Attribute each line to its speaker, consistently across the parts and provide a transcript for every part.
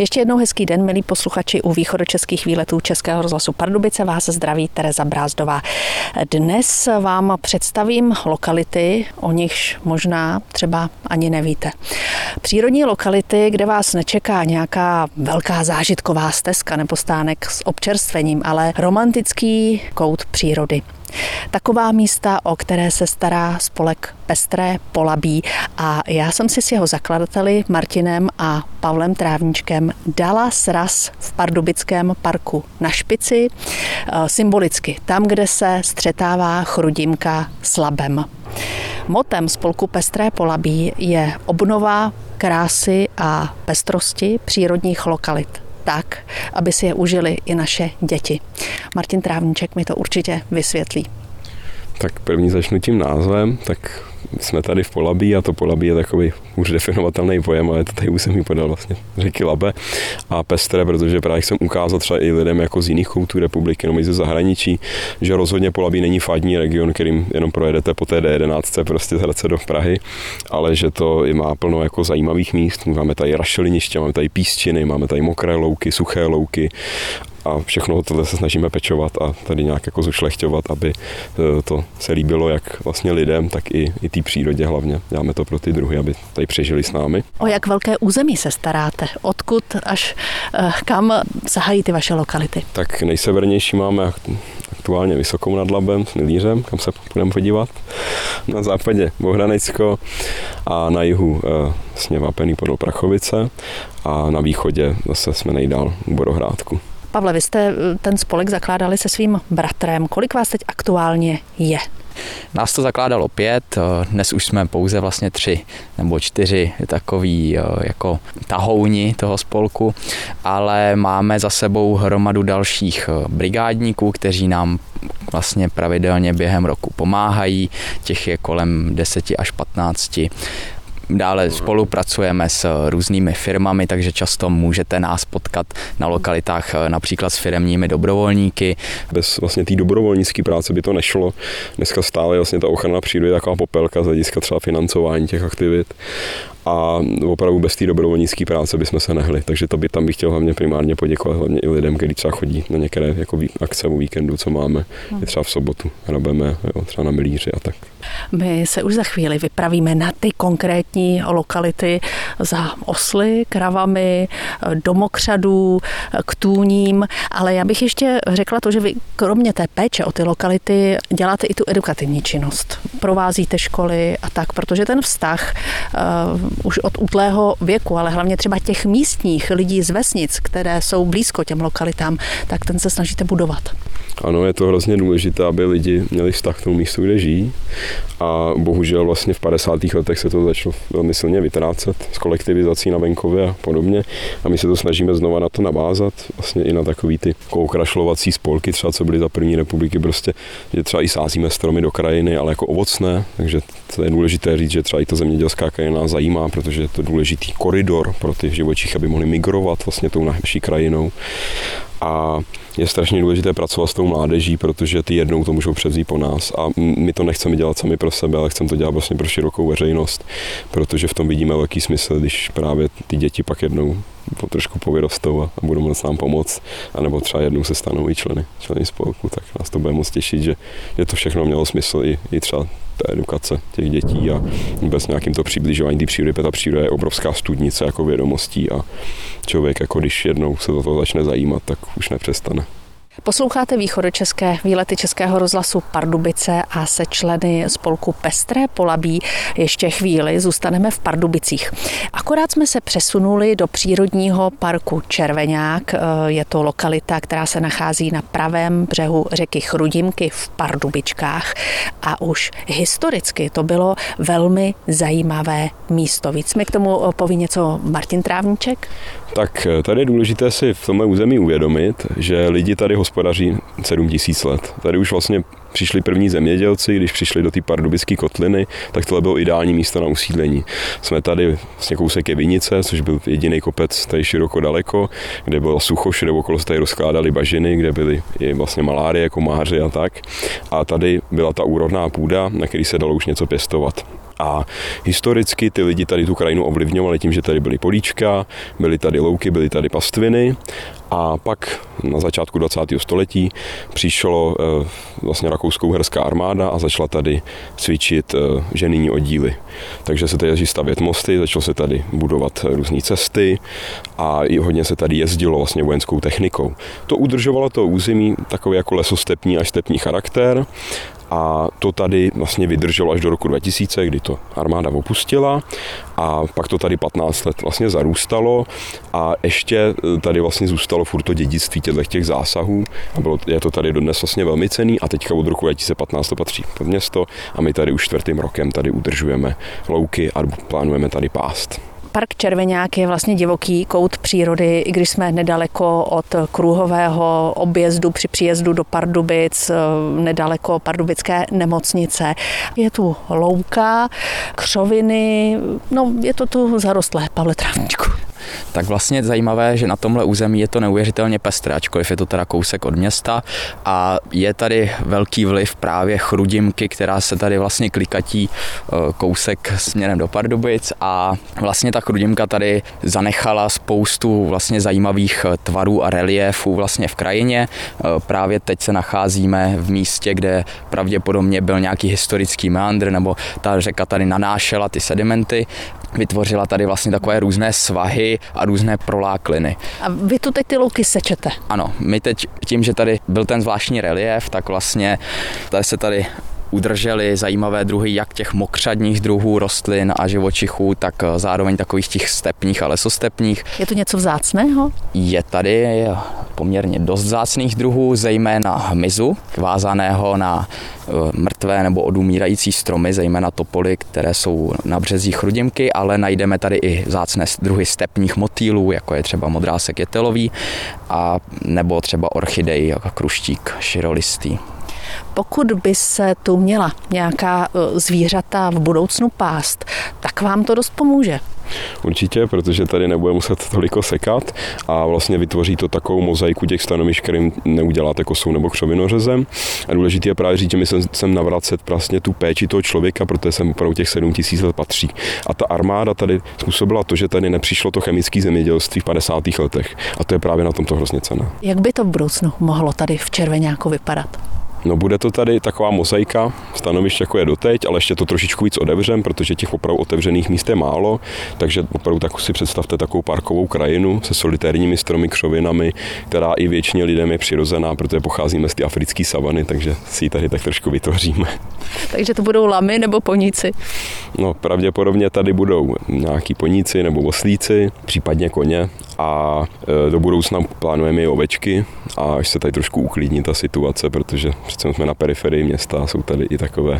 Speaker 1: Ještě jednou hezký den, milí posluchači u východočeských výletů Českého rozhlasu Pardubice. Vás zdraví Tereza Brázdová. Dnes vám představím lokality, o nichž možná třeba ani nevíte. Přírodní lokality, kde vás nečeká nějaká velká zážitková stezka nebo stánek s občerstvením, ale romantický kout přírody. Taková místa, o které se stará spolek Pestré Polabí, a já jsem si s jeho zakladateli Martinem a Pavlem Trávníčkem dala sraz v Pardubickém parku na špici, symbolicky tam, kde se střetává Chrudimka s Labem. Motem spolku Pestré Polabí je obnova krásy a pestrosti přírodních lokalit, tak, aby si je užili i naše děti. Martin Trávníček mi to určitě vysvětlí.
Speaker 2: Tak první začnu tím názvem, tak jsme tady v Polabí a to Polabí je takový už definovatelný pojem, ale to tady už jsem mi podal vlastně řeky Labe a Pestré, protože právě chcem ukázat třeba i lidem jako z jiných koutů republiky, nebo i ze zahraničí, že rozhodně Polabí není fádní region, kterým jenom projedete po té D11 prostě z Hradce do Prahy, ale že to i má plno jako zajímavých míst. Máme tady rašeliniště, máme tady písčiny, máme tady mokré louky, suché louky. A všechno tohle se snažíme pečovat a tady nějak jako zušlechťovat, aby to se líbilo jak vlastně lidem, tak i té přírodě hlavně. Děláme to pro ty druhy, aby tady přežili s námi.
Speaker 1: O jak velké území se staráte? Odkud až kam sahají ty vaše lokality?
Speaker 2: Tak nejsevernější máme aktuálně Vysokou nad Labem s Milířem, kam se budeme podívat. Na západě Bohdanecko a na jihu vlastně Vápený Podol Prachovice a na východě zase jsme nejdál u Borohrádku.
Speaker 1: Pavle, vy jste ten spolek zakládali se svým bratrem. Kolik vás teď aktuálně je?
Speaker 3: Nás to zakládalo 5, dnes už jsme pouze vlastně 3 nebo 4 takový jako tahouni toho spolku, ale máme za sebou hromadu dalších brigádníků, kteří nám vlastně pravidelně během roku pomáhají, těch je kolem 10 až 15. Dále spolupracujeme s různými firmami, takže často můžete nás potkat na lokalitách například s firemními dobrovolníky.
Speaker 2: Bez vlastně té dobrovolnické práce by to nešlo. Dneska stále vlastně ta ochrana přírody je taková popelka z hlediska třeba financování těch aktivit. A opravdu bez té dobrovolnické práce bychom se nehli. Takže tam bych chtěl hlavně primárně poděkovat hlavně i lidem, kteří třeba chodí na některé jako akce o víkendu, co máme. I třeba v sobotu hrabeme, třeba na Milíři a tak.
Speaker 1: My se už za chvíli vypravíme na ty konkrétní lokality za osly, kravami, do mokřadů, k tůním, ale já bych ještě řekla to, že vy kromě té péče o ty lokality děláte i tu edukativní činnost. Provázíte školy a tak, protože ten vztah už od útlého věku, ale hlavně třeba těch místních lidí z vesnic, které jsou blízko těm lokalitám, tak ten se snažíte budovat.
Speaker 2: Ano, je to hrozně důležité, aby lidi měli vztah k tomu místu, kde žijí. A bohužel vlastně v 50. letech se to začalo velmi silně vytrácet s kolektivizací na venkově a podobně. A my se to snažíme znova na to navázat, vlastně i na takový ty okrašlovací spolky, třeba co byly za první republiky, prostě, že třeba i sázíme stromy do krajiny, ale jako ovocné, takže to je důležité říct, že třeba i ta zemědělská krajina nás zajímá, protože je to důležitý koridor pro ty živočichy, aby mohli migrovat vlastně tou naší krajinou. A je strašně důležité pracovat s tou mládeží, protože ty jednou to můžou převzít po nás. A my to nechceme dělat sami pro sebe, ale chceme to dělat vlastně pro širokou veřejnost, protože v tom vidíme velký smysl, když právě ty děti pak jednou trošku povyrostou a budou moct nám pomoct, anebo třeba jednou se stanou i členy spolku, tak nás to bude moc těšit, že to všechno mělo smysl i třeba té edukace těch dětí a vůbec nějakým to přibližování té přírody. Ta příroda je obrovská studnice jako vědomostí a člověk, jako když jednou se do toho začne zajímat, tak už nepřestane.
Speaker 1: Posloucháte východočeské výlety Českého rozhlasu Pardubice a se členy spolku Pestré Polabí ještě chvíli zůstaneme v Pardubicích. Akorát jsme se přesunuli do přírodního parku Červeňák. Je to lokalita, která se nachází na pravém břehu řeky Chrudimky v Pardubičkách a už historicky to bylo velmi zajímavé místo. Víc mi k tomu poví něco Martin Trávníček?
Speaker 2: Tak tady je důležité si v tomhle území uvědomit, že lidi tady hospodaří 7000 let. Tady už vlastně přišli první zemědělci, když přišli do té pardubické kotliny, tak tohle bylo ideální místo na usídlení. Jsme tady vlastně kousek je Vinice, což byl jediný kopec tady široko daleko, kde bylo sucho, všude okolo se tady rozkládaly bažiny, kde byly i vlastně malárie, komáři a tak. A tady byla ta úrodná půda, na který se dalo už něco pěstovat. A historicky ty lidi tady tu krajinu ovlivňovali tím, že tady byly políčka, byly tady louky, byly tady pastviny a pak na začátku 20. století přišlo vlastně rakousko-uherská armáda a začala tady cvičit ženijní oddíly. Takže se tady začaly stavět mosty, začalo se tady budovat různé cesty a i hodně se tady jezdilo vlastně vojenskou technikou. To udržovalo to území takový jako lesostepní až stepní charakter. A to tady vlastně vydrželo až do roku 2000, kdy to armáda opustila a pak to tady 15 let vlastně zarůstalo a ještě tady vlastně zůstalo furt to dědictví těch zásahů a je to tady dodnes vlastně velmi cenný a teďka od roku 2015 to patří pod město a my tady už 4. rokem tady udržujeme louky a plánujeme tady pást.
Speaker 1: Park Červeňák je vlastně divoký kout přírody, i když jsme nedaleko od kruhového objezdu při příjezdu do Pardubic, nedaleko pardubické nemocnice. Je tu louka, křoviny, je to tu zarostlé, Pavle Trávníčku.
Speaker 3: Tak vlastně zajímavé, že na tomhle území je to neuvěřitelně pestré, ačkoliv je to teda kousek od města a je tady velký vliv právě Chrudimky, která se tady vlastně klikatí kousek směrem do Pardubic a vlastně ta Chrudimka tady zanechala spoustu vlastně zajímavých tvarů a reliéfů vlastně v krajině. Právě teď se nacházíme v místě, kde pravděpodobně byl nějaký historický meandr, nebo ta řeka tady nanášela ty sedimenty, vytvořila tady vlastně takové různé svahy a různé prolákliny.
Speaker 1: A vy tu teď ty louky sečete?
Speaker 3: Ano, my teď tím, že tady byl ten zvláštní reliéf, tak vlastně tady udrželi zajímavé druhy jak těch mokřadních druhů rostlin a živočichů, tak zároveň takových těch stepních a lesostepních.
Speaker 1: Je to něco vzácného?
Speaker 3: Je tady poměrně dost vzácných druhů, zejména hmyzu, vázaného na mrtvé nebo odumírající stromy, zejména topoly, které jsou na březích Chrudimky, ale najdeme tady i vzácné druhy stepních motýlů, jako je třeba modrásek jetelový, a nebo třeba orchidej, jako kruštík širolistý.
Speaker 1: Pokud by se tu měla nějaká zvířata v budoucnu pást, tak vám to dost pomůže.
Speaker 2: Určitě, protože tady nebude muset toliko sekat a vlastně vytvoří to takovou mozaiku těch stanovišť, kterým neuděláte kosou nebo křovinořezem. A důležité je právě říct, že my sem navracet vlastně tu péči toho člověka, protože sem opravdu těch 7000 let patří. A ta armáda tady způsobila to, že tady nepřišlo to chemické zemědělství v 50. letech. A to je právě na tomto hrozně cenné.
Speaker 1: Jak by to v budoucnu mohlo tady v Červeňáku vypadat?
Speaker 2: No, bude to tady taková mozaika stanovišť, jako je doteď, ale ještě to trošičku víc otevřem, protože těch opravdu otevřených míst je málo, takže opravdu tak si představte takovou parkovou krajinu se solitérními stromy, křovinami, která i většině lidem je přirozená, protože pocházíme z té africké savany, takže si ji tady tak trošku vytvoříme. Takže
Speaker 1: to budou lamy nebo poníci?
Speaker 2: No, pravděpodobně tady budou nějaký poníci nebo oslíci, případně koně a do budoucna plánujeme i ovečky a až se tady trošku uklidní ta situace, protože přece jsme na periferii města a jsou tady i takové,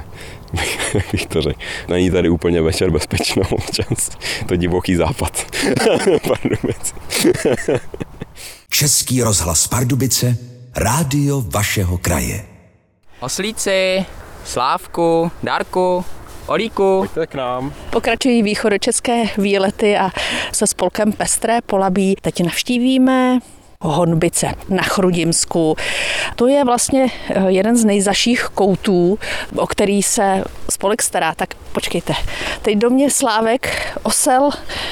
Speaker 2: bych to řekl, není tady úplně večer bezpečno občas, to divoký západ. Pardubice.
Speaker 4: Český rozhlas Pardubice, rádio vašeho kraje.
Speaker 3: Oslíci, Slávku, Dárku, Olíku.
Speaker 2: Pojďte k nám.
Speaker 1: Pokračují východočeské výlety a se spolkem Pestré Polabí teď navštívíme Honbice na Chrudimsku. To je vlastně jeden z nejzaších koutů, o který se spolek stará. Tak počkejte, teď do mě Slávek, osel,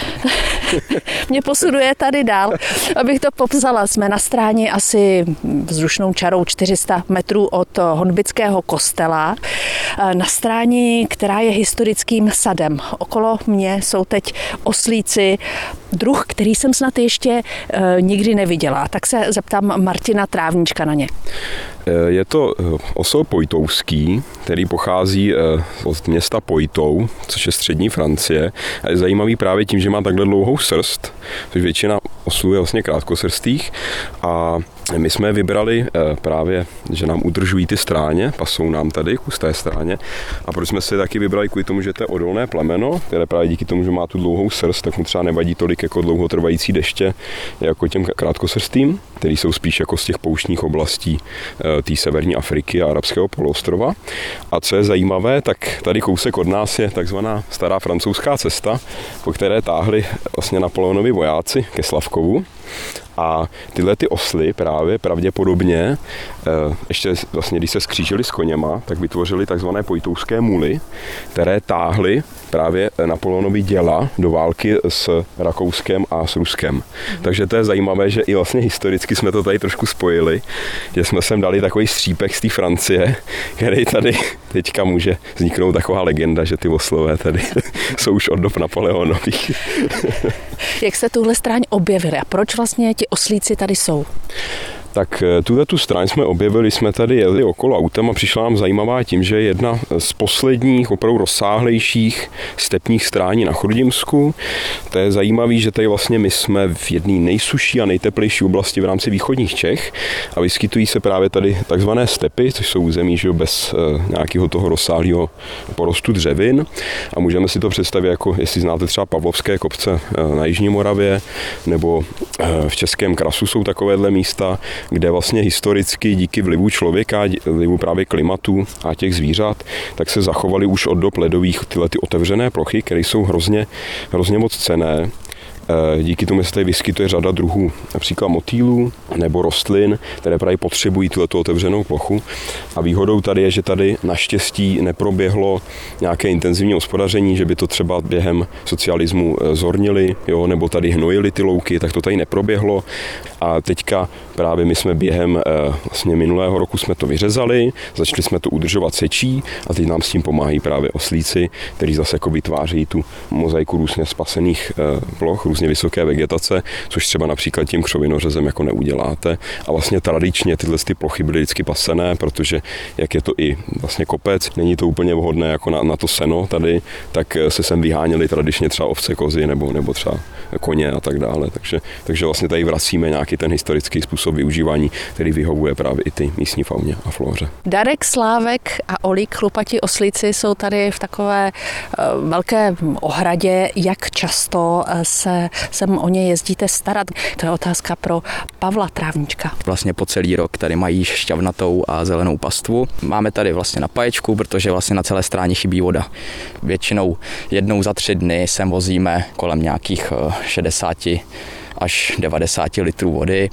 Speaker 1: mě posuduje tady dál, abych to popsala. Jsme na stráni asi vzdušnou čarou 400 metrů od Honbického kostela, na stráni, která je historickým sadem. Okolo mě jsou teď oslíci, druh, který jsem snad ještě nikdy neviděla. Tak se zeptám Martina Trávníčka na ně.
Speaker 2: Je to osel pojtouský, který pochází od města Poitou, což je střední Francie. A je zajímavý právě tím, že má takhle dlouhou srst, což většina oslů je vlastně krátkosrstých. A my jsme vybrali právě, že nám udržují ty stráně, pasou nám tady kus té stráně. A proč jsme si taky vybrali kvůli tomu, že to je odolné plemeno, které právě díky tomu, že má tu dlouhou srst, tak mu třeba nevadí tolik jako dlouhotrvající deště, jako těm krátkosrstým, který jsou spíš jako z těch pouštních oblastí té severní Afriky a arabského poloostrova. A co je zajímavé, tak tady kousek od nás je takzvaná stará francouzská cesta, po které táhli vlastně Napoleonovi vojáci ke Slavkovu. A tyhle ty osly právě pravděpodobně, ještě vlastně když se skřížili s koněma, tak vytvořili takzvané pojtouské muly, které táhly právě Napoleonovi děla do války s Rakouskem a s Ruskem. Takže to je zajímavé, že i vlastně historicky jsme to tady trošku spojili, že jsme sem dali takový střípek z té Francie, který tady teďka může vzniknout taková legenda, že ty oslové tady jsou už od dob Napoleonových.
Speaker 1: Jak se tuhle stráň objevili a proč vlastně ti oslíci tady jsou?
Speaker 2: Tak tu stráň jsme objevili, jsme tady jeli okolo autem a přišla nám zajímavá tím, že je jedna z posledních opravdu rozsáhlejších stepních strání na Chrudimsku. To je zajímavý, že tady vlastně my jsme v jedné nejsušší a nejteplejší oblasti v rámci východních Čech a vyskytují se právě tady takzvané stepy, což jsou území, že bez nějakého toho rozsáhlého porostu dřevin a můžeme si to představit jako, jestli znáte třeba Pavlovské kopce na Jižní Moravě nebo v Českém Krasu jsou takovéhle místa, kde vlastně historicky díky vlivu člověka, vlivu právě klimatu a těch zvířat, tak se zachovaly už od dob ledových tyhle ty otevřené plochy, které jsou hrozně moc cenné. Díky tomu se tady vyskytuje řada druhů, například motýlů nebo rostlin, které právě potřebují tuto otevřenou plochu. A výhodou tady je, že tady naštěstí neproběhlo nějaké intenzivní hospodaření, že by to třeba během socialismu zornili, jo, nebo tady hnojili ty louky, tak to tady neproběhlo. A teďka právě my jsme během vlastně minulého roku jsme to vyřezali, začali jsme to udržovat sečí a teď nám s tím pomáhají právě oslíci, kteří zase jako vytvářejí tu mozaiku různě spasených ploch, různě vysoké vegetace, což třeba například tím křovinořezem jako neuděláte. A vlastně tradičně tyhle ty plochy byly vždycky pasené, protože jak je to i vlastně kopec, není to úplně vhodné jako na to seno tady, tak se sem vyháněly tradičně třeba ovce, kozy nebo třeba koně a tak dále. Takže vlastně tady vracíme nějaký ten historický způsob využívání, který vyhovuje právě i ty místní fauně a flóře.
Speaker 1: Darek, Slávek a Olík, chlupatí oslíci jsou tady v takové velké ohradě. Jak často se sem o ně jezdíte starat? To je otázka pro Pavla Trávnička.
Speaker 3: Vlastně po celý rok tady mají šťavnatou a zelenou pastvu. Máme tady vlastně napáječku, protože vlastně na celé stráni chybí voda. Většinou jednou za 3 dny sem vozíme kolem nějakých 60 až 90 litrů vody.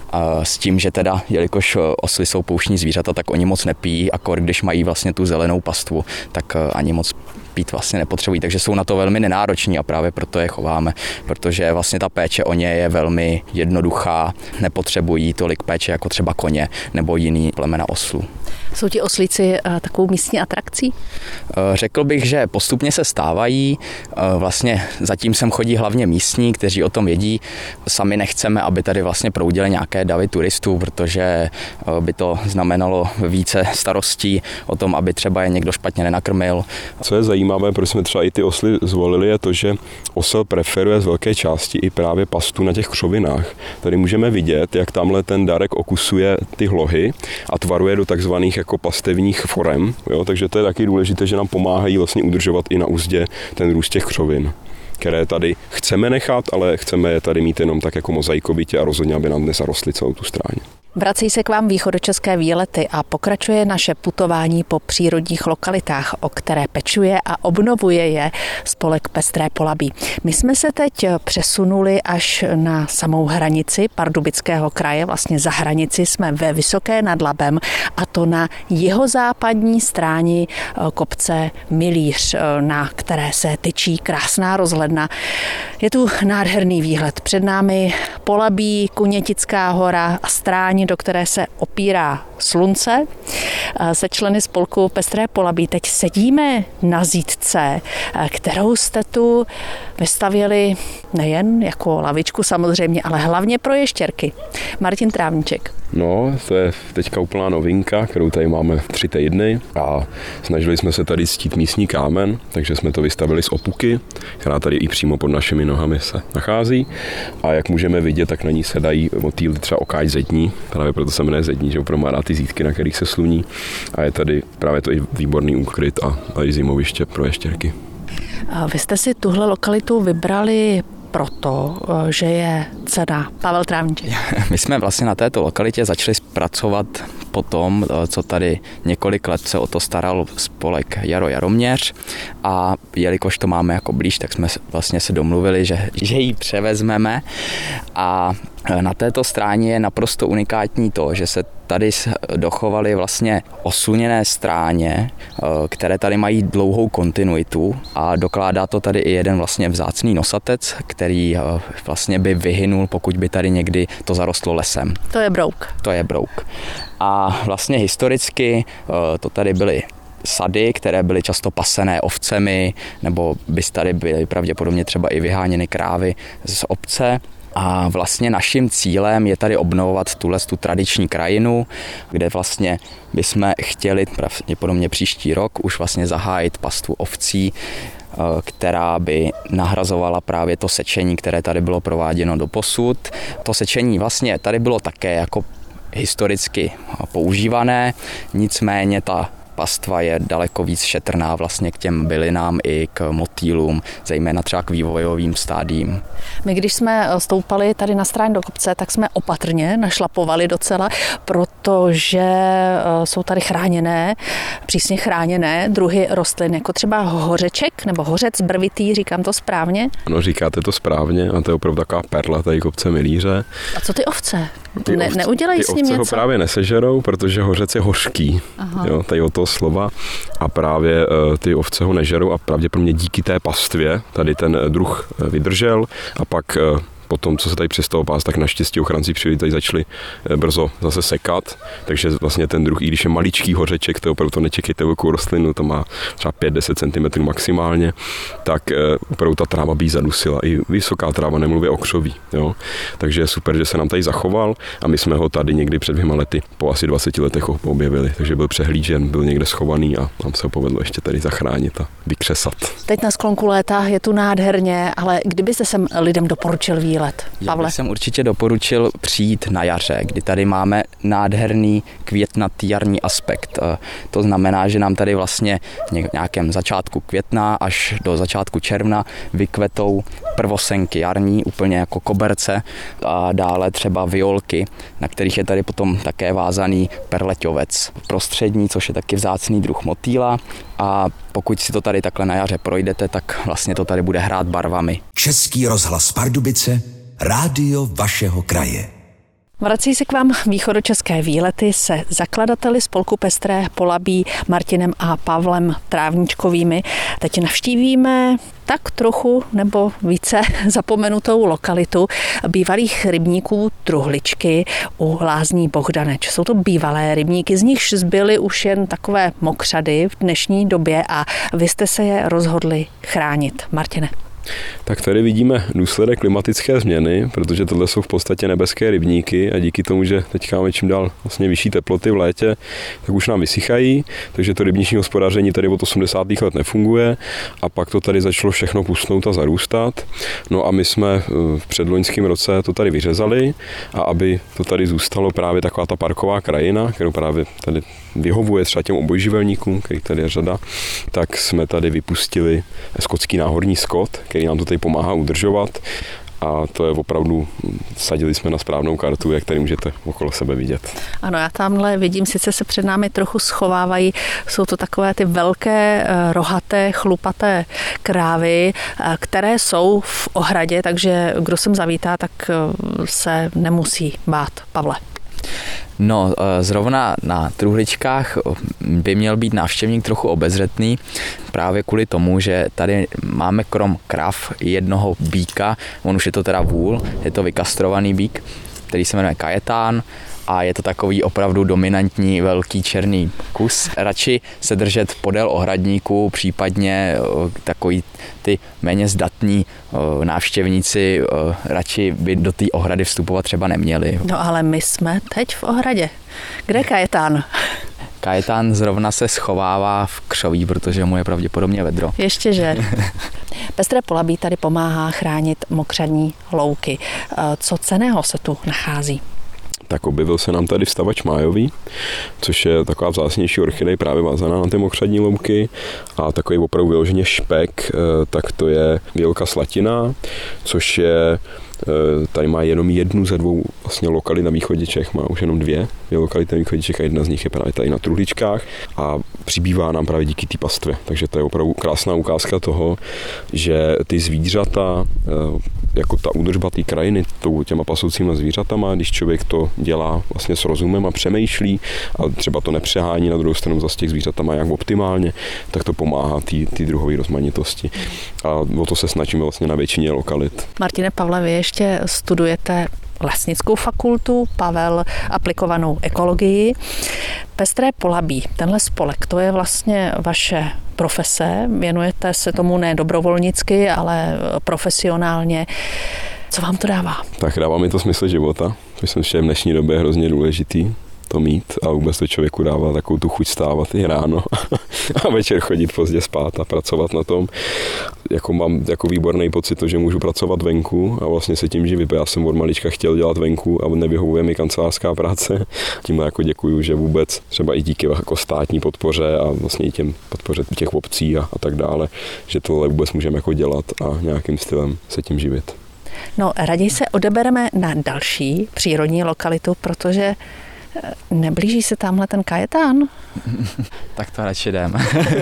Speaker 3: A s tím, že teda, jelikož osly jsou pouštní zvířata, tak oni moc nepijí, akor když mají vlastně tu zelenou pastvu, tak ani moc pít vlastně nepotřebují, takže jsou na to velmi nenároční a právě proto je chováme, protože vlastně ta péče o ně je velmi jednoduchá, nepotřebují tolik péče jako třeba koně nebo jiný plemena oslů.
Speaker 1: Jsou ti oslíci takovou místní atrakcí?
Speaker 3: Řekl bych, že postupně se stávají. Vlastně zatím sem chodí hlavně místní, kteří o tom vědí. Sami nechceme, aby tady vlastně proudily nějaké davy turistů, protože by to znamenalo více starostí o tom, aby třeba je někdo špatně nenakrmil.
Speaker 2: Co je zajímavé, proč jsme třeba i ty osly zvolili, je to, že osel preferuje z velké části i právě pastu na těch křovinách. Tady můžeme vidět, jak tamhle ten Darek okusuje ty hlohy a tvaruje do takzvaných jako pastevních forem, jo? Takže to je taky důležité, že nám pomáhají vlastně udržovat i na uzdě ten růst těch křovin, které tady chceme nechat, ale chceme je tady mít jenom tak jako mozaikovitě a rozhodně, aby nám nezarostly celou tu stráň.
Speaker 1: Vrací se k vám východočeské výlety a pokračuje naše putování po přírodních lokalitách, o které pečuje a obnovuje je spolek Pestré Polabí. My jsme se teď přesunuli až na samou hranici Pardubického kraje, vlastně za hranici jsme ve Vysoké nad Labem a to na jihozápadní stráni kopce Milíř, na které se tyčí krásná rozhledna. Je tu nádherný výhled. Před námi Polabí, Kunětická hora a stráň, do které se opírá slunce. Se členy spolku Pestré Polabí teď sedíme na zítce, kterou jste tu vystavěli nejen jako lavičku samozřejmě, ale hlavně pro ještěrky. Martin Trávniček.
Speaker 2: No, to je teďka úplná novinka, kterou tady máme 3 týdny a snažili jsme se tady ctít místní kámen, takže jsme to vystavili z opuky, která tady i přímo pod našimi nohami se nachází a jak můžeme vidět, tak na ní se dají motýly třeba okáč zední, právě proto se jmenuje zední, že opravdu má rád ty zítky, na kterých se sluní a je tady právě to i výborný úkryt a i zimoviště pro ještěrky.
Speaker 1: Vy jste si tuhle lokalitu vybrali proto, že je cenná. Pavel Trávniček.
Speaker 3: My jsme vlastně na této lokalitě začali pracovat potom, co tady několik let se o to staral spolek Jaro Jaroměř a jelikož to máme jako blíž, tak jsme vlastně se domluvili, že ji převezmeme a na této stráně je naprosto unikátní to, že se tady dochovaly vlastně osuněné stráně, které tady mají dlouhou kontinuitu a dokládá to tady i jeden vlastně vzácný nosatec, který vlastně by vyhynul, pokud by tady někdy to zarostlo lesem.
Speaker 1: To je brouk.
Speaker 3: To je brouk. A vlastně historicky to tady byly sady, které byly často pasené ovcemi, nebo by tady byly pravděpodobně třeba i vyháněny krávy z obce. A vlastně naším cílem je tady obnovovat tu tradiční krajinu, kde vlastně bychom chtěli pravděpodobně příští rok už vlastně zahájit pastvu ovcí, která by nahrazovala právě to sečení, které tady bylo prováděno doposud. To sečení vlastně tady bylo také jako historicky používané, nicméně ta pastva je daleko víc šetrná vlastně k těm bylinám i k motýlům, zejména třeba k vývojovým stádiím.
Speaker 1: My když jsme stoupali tady na stráň do kopce, tak jsme opatrně našlapovali docela, protože jsou tady chráněné, přísně chráněné druhy rostlin, jako třeba hořeček nebo hořec brvitý, říkám to správně?
Speaker 2: Ano, říkáte to správně a to je opravdu taková perla tady kopce Milíře.
Speaker 1: A co ty ovce? Neudělají s ním něco?
Speaker 2: Ty ovce ho právě nesežerou, protože hořec je hořký, jo, tady od toho slova a právě ty ovce ho nežerou a pravděpodobně díky té pastvě tady ten druh vydržel a pak potom, co se tady přestalo pást, tak naštěstí ochránci přírody tady začali brzo zase sekat, takže vlastně ten druh, i když je maličký hořeček, to opravdu to nečekejte velkou rostlinu, to má třeba 5-10 cm maximálně, tak opravdu ta tráva by zadusila. I vysoká tráva, nemluvě o křoví. Jo? Takže je super, že se nám tady zachoval a my jsme ho tady někdy před 2 lety, po asi 20 letech objevili, takže byl přehlížen, byl někde schovaný a nám se ho povedlo ještě tady zachránit a vykřesat.
Speaker 1: Teď na sklonku léta je tu nádherně, ale kdybyste sem lidem doporučil výlet?
Speaker 3: Já bych jsem určitě doporučil přijít na jaře, kdy tady máme nádherný květnatý jarní aspekt. To znamená, že nám tady vlastně v nějakém začátku května až do začátku června vykvetou prvosenky jarní, úplně jako koberce a dále třeba violky, na kterých je tady potom také vázaný perleťovec prostřední, což je taky vzácný druh motýla a pokud si to tady takhle na jaře projdete, tak vlastně to tady bude hrát barvami.
Speaker 4: Český rozhlas Pardubice, rádio vašeho kraje.
Speaker 1: Vrací se k vám východočeské výlety se zakladateli spolku Pestré Polabí Martinem a Pavlem Trávničkovými. Teď navštívíme tak trochu nebo více zapomenutou lokalitu bývalých rybníků Truhličky u Lázní Bohdaneč. Jsou to bývalé rybníky, z nichž zbyly už jen takové mokřady v dnešní době a vy jste se je rozhodli chránit. Martine.
Speaker 2: Tak tady vidíme důsledek klimatické změny, protože tohle jsou v podstatě nebeské rybníky a díky tomu, že teď máme čím dál vlastně vyšší teploty v létě, tak už nám vysychají, takže to rybniční hospodaření tady od 80. let nefunguje a pak to tady začalo všechno pustnout a zarůstat. No a my jsme v předloňském roce to tady vyřezali a aby to tady zůstalo právě taková ta parková krajina, kterou právě tady vyhovuje třeba těm obojživelníkům, který tady je řada, tak jsme tady vypustili skotský náhorní skot, který nám to tady pomáhá udržovat a to je opravdu, sadili jsme na správnou kartu, jak tady můžete okolo sebe vidět.
Speaker 1: Ano, já tamhle vidím, sice se před námi trochu schovávají, jsou to takové ty velké, rohaté, chlupaté krávy, které jsou v ohradě, takže kdo sem zavítá, tak se nemusí bát. Pavle.
Speaker 3: No, zrovna na Truhličkách by měl být návštěvník trochu obezřetný, právě kvůli tomu, že tady máme krom krav jednoho býka, on už je to teda vůl, je to vykastrovaný býk, který se jmenuje Kajetán a je to takový opravdu dominantní velký černý kus. Radši se držet podél ohradníků, případně takový ty méně zdatní návštěvníci radši by do té ohrady vstupovat třeba neměli.
Speaker 1: No ale my jsme teď v ohradě. Kde je Kajetán?
Speaker 3: Kajetán zrovna se schovává v křoví, protože mu je pravděpodobně vedro.
Speaker 1: Ještěže. Pestré Polabí tady pomáhá chránit mokřadní louky. Co cenného se tu nachází?
Speaker 2: tak objevil se nám tady vstavač májový, což je taková vzácnější orchidej právě vázaná na ty mokřadní louky a takový opravdu vyloženě špek, tak to je Vělka slatina, což je tady má jenom jednu ze dvou vlastně lokalit na východě Čech, má už jenom dvě lokality na východě Čech a jedna z nich je právě tady na Truhličkách a přibývá nám právě díky té pastvě. Takže to je opravdu krásná ukázka toho, že ty zvířata, jako ta údržba té krajiny těma pasoucíma zvířatama, když člověk to dělá vlastně s rozumem a přemýšlí a třeba to nepřehání na druhou stranu zase těch zvířatama jak optimálně, tak to pomáhá té druhové rozmanitosti. A o to se snažíme vlastně na většině lokalit.
Speaker 1: Martine, Pavle, vy ještě studujete lesnickou fakultu, Pavel aplikovanou ekologii. Pestré Polabí, tenhle spolek, to je vlastně vaše profese, věnujete se tomu ne dobrovolnicky, ale profesionálně. Co vám to dává?
Speaker 2: Tak dává mi to smysl života. Myslím, že v dnešní době je hrozně důležitý to mít a vůbec to člověku dává takovou tu chuť stávat i ráno a večer chodit pozdě spát a pracovat na tom. Jako mám jako výborný pocit, že můžu pracovat venku a vlastně se tím živit. Já jsem od malička chtěl dělat venku a nevyhovuje mi kancelářská práce. Tímhle jako děkuju, že vůbec třeba i díky jako státní podpoře a vlastně i těm podpoře těch obcí a tak dále, že tohle vůbec můžeme jako dělat a nějakým stylem se tím živit.
Speaker 1: No, raději se odebereme na další přírodní lokalitu, protože neblíží se tamhle ten Kajetán?
Speaker 3: Tak to radši jdeme.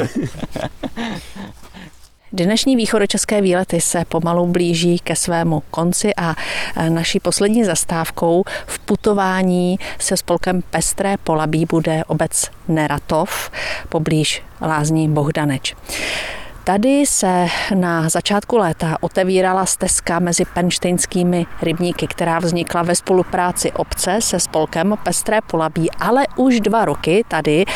Speaker 1: Dnešní východočeské výlety se pomalu blíží ke svému konci a naší poslední zastávkou v putování se spolkem Pestré Polabí bude obec Neratov poblíž lázní Bohdaneč. Tady se na začátku léta otevírala stezka mezi penštejnskými rybníky, která vznikla ve spolupráci obce se spolkem Pestré Polabí, ale už 2 roky tady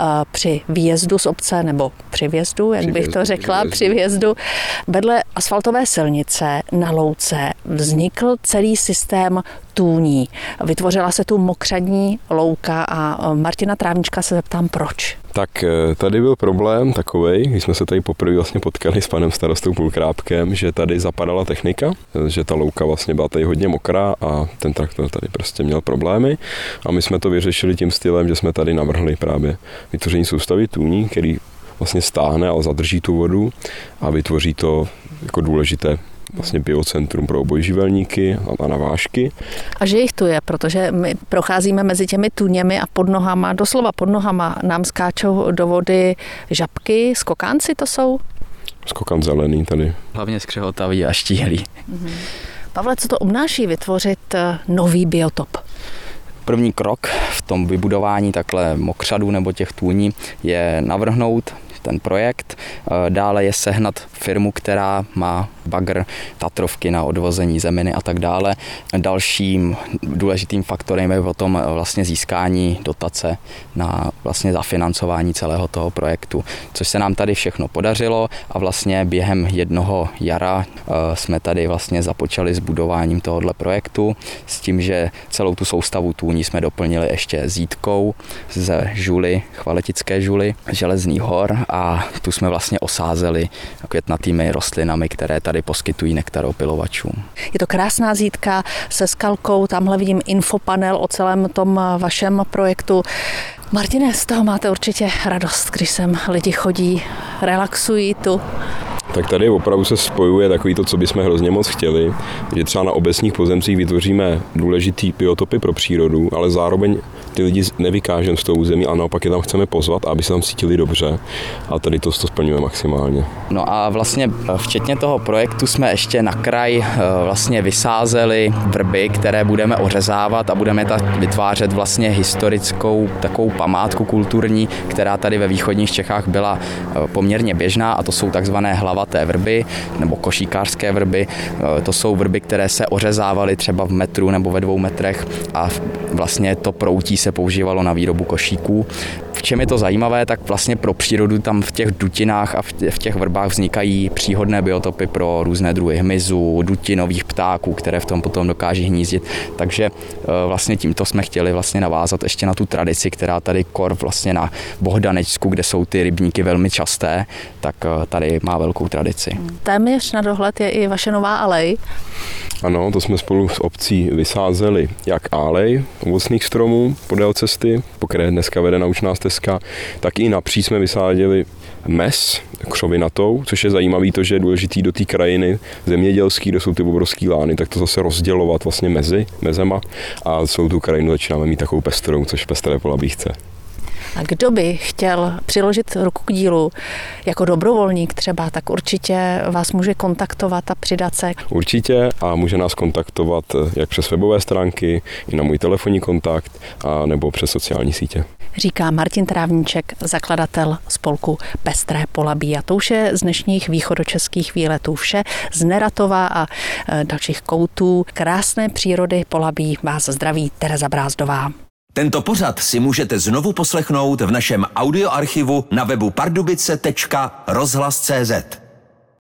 Speaker 1: při výjezdu z obce, nebo při vjezdu, jak bych to řekla, při vjezdu, vedle asfaltové silnice na louce vznikl celý systém tůní. Vytvořila se tu mokřadní louka a Martina Trávnička se zeptám, proč.
Speaker 2: Tak tady byl problém takovej, když jsme se tady poprvé vlastně potkali s panem starostou Půlkrápkem, že tady zapadala technika, že ta louka vlastně byla tady hodně mokrá a ten traktor tady prostě měl problémy a my jsme to vyřešili tím stylem, že jsme tady navrhli právě vytvoření soustavy tůní, který vlastně stáhne, ale zadrží tu vodu a vytvoří to jako důležité vlastně biocentrum pro obojživelníky a navážky.
Speaker 1: A že jich tu je, protože my procházíme mezi těmi tůněmi a pod nohama, doslova pod nohama nám skáčou do vody žabky, skokánci to jsou?
Speaker 2: Skokan zelený tady.
Speaker 3: Hlavně skřehotavý a štíhlý.
Speaker 1: Pavle, co to obnáší vytvořit nový biotop?
Speaker 3: První krok v tom vybudování takhle mokřadů nebo těch tůní je navrhnout ten projekt. Dále je sehnat firmu, která má bagr, tatrovky na odvození zeminy a tak dále. Dalším důležitým faktorem je potom vlastně získání dotace na vlastně zafinancování celého toho projektu, což se nám tady všechno podařilo a vlastně během jednoho jara jsme tady vlastně započali s budováním tohohle projektu s tím, že celou tu soustavu tůní jsme doplnili ještě zítkou ze žuly, chvaletické žuly, Železných hor a tu jsme vlastně osázeli květnatými rostlinami, které tady poskytují nektar opylovačům.
Speaker 1: Je to krásná zítka se skalkou, tamhle vidím infopanel o celém tom vašem projektu. Martine, z toho máte určitě radost, když sem lidi chodí, relaxují tu.
Speaker 2: Tak tady opravdu se spojuje takový to, co bychom hrozně moc chtěli, že třeba na obecních pozemcích vytvoříme důležitý biotopy pro přírodu, ale zároveň ty lidi nevykážeme z toho území, ale naopak je tam chceme pozvat, aby se tam cítili dobře a tady to splňujeme maximálně.
Speaker 3: No a vlastně včetně toho projektu jsme ještě na kraj vlastně vysázeli vrby, které budeme ořezávat a budeme tak vytvářet vlastně historickou takovou památku kulturní, která tady ve východních Čechách byla poměrně běžná a to jsou takzvané hlavaté vrby nebo košíkářské vrby. To jsou vrby, které se ořezávaly třeba v metru nebo ve 2 metrech a vlastně to proutí se používalo na výrobu košíků. V čem je to zajímavé, tak vlastně pro přírodu tam v těch dutinách a v těch vrbách vznikají příhodné biotopy pro různé druhy hmyzu, dutinových ptáků, které v tom potom dokáží hnízdit. Takže vlastně tímto jsme chtěli vlastně navázat ještě na tu tradici, která tady vlastně na Bohdanečsku, kde jsou ty rybníky velmi časté, tak tady má velkou tradici.
Speaker 1: Téměř na dohled je i vaše nová alej.
Speaker 2: Ano, to jsme spolu s obcí vysázeli jak alej ovocných stromů podél cesty, po které dneska vede naučná stezka, tak i napříč jsme vysádili mes křovinatou, což je zajímavý to, že je důležitý do té krajiny zemědělský, kde jsou ty obrovský lány, tak to zase rozdělovat vlastně mezema a celou tu krajinu začínáme mít takovou pestrou, což Pestré Polabí chce.
Speaker 1: A kdo by chtěl přiložit ruku k dílu jako dobrovolník třeba, tak určitě vás může kontaktovat a přidat se.
Speaker 2: Určitě a může nás kontaktovat jak přes webové stránky, i na můj telefonní kontakt, a nebo přes sociální sítě.
Speaker 1: Říká Martin Trávníček, zakladatel spolku Pestré Polabí. A to už je z dnešních východočeských výletů vše. Z Neratova a dalších koutů krásné přírody Polabí vás zdraví Tereza Brázdová.
Speaker 4: Tento pořad si můžete znovu poslechnout v našem audioarchivu na webu pardubice.rozhlas.cz.